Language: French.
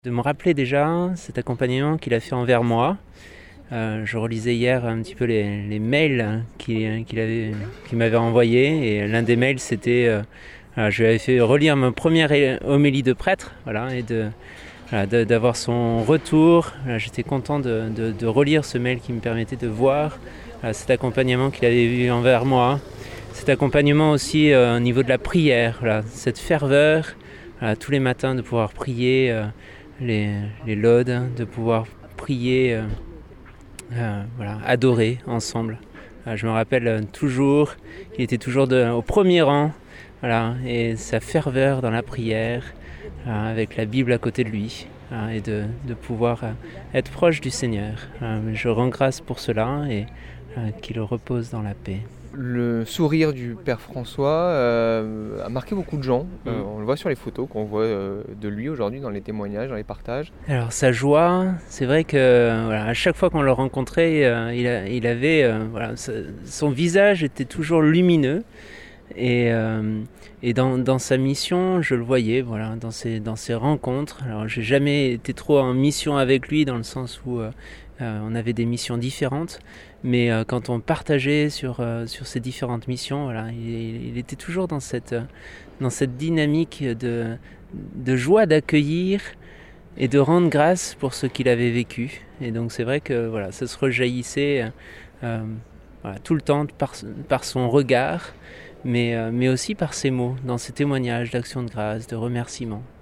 De me rappeler déjà cet accompagnement qu'il a fait envers moi. Je relisais hier un petit peu les mails qu'il m'avait envoyés, et l'un des mails c'était je lui avais fait relire ma première homélie de prêtre, voilà, et d'avoir son retour. J'étais content de relire ce mail qui me permettait de voir cet accompagnement qu'il avait eu envers moi, cet accompagnement aussi au niveau de la prière, voilà, cette ferveur tous les matins de pouvoir prier les laudes, de pouvoir prier, voilà, adorer ensemble. Je me rappelle toujours qu'il était toujours au premier rang, voilà, et sa ferveur dans la prière, avec la Bible à côté de lui, et de pouvoir être proche du Seigneur. Je rends grâce pour cela et qu'il repose dans la paix. Le sourire du Père François a marqué beaucoup de gens. On le voit sur les photos qu'on voit de lui aujourd'hui dans les témoignages, dans les partages. Alors sa joie, c'est vrai que voilà, à chaque fois qu'on le rencontrait, il avait voilà, son visage était toujours lumineux. Et dans sa mission, je le voyais, voilà, dans ses rencontres. Alors, j'ai jamais été trop en mission avec lui, dans le sens où on avait des missions différentes, mais quand on partageait sur ces différentes missions, voilà, il était toujours dans cette dynamique de joie d'accueillir et de rendre grâce pour ce qu'il avait vécu. Et donc c'est vrai que voilà, ça se rejaillissait voilà, tout le temps par son regard, mais aussi par ses mots, dans ses témoignages d'action de grâce, de remerciement.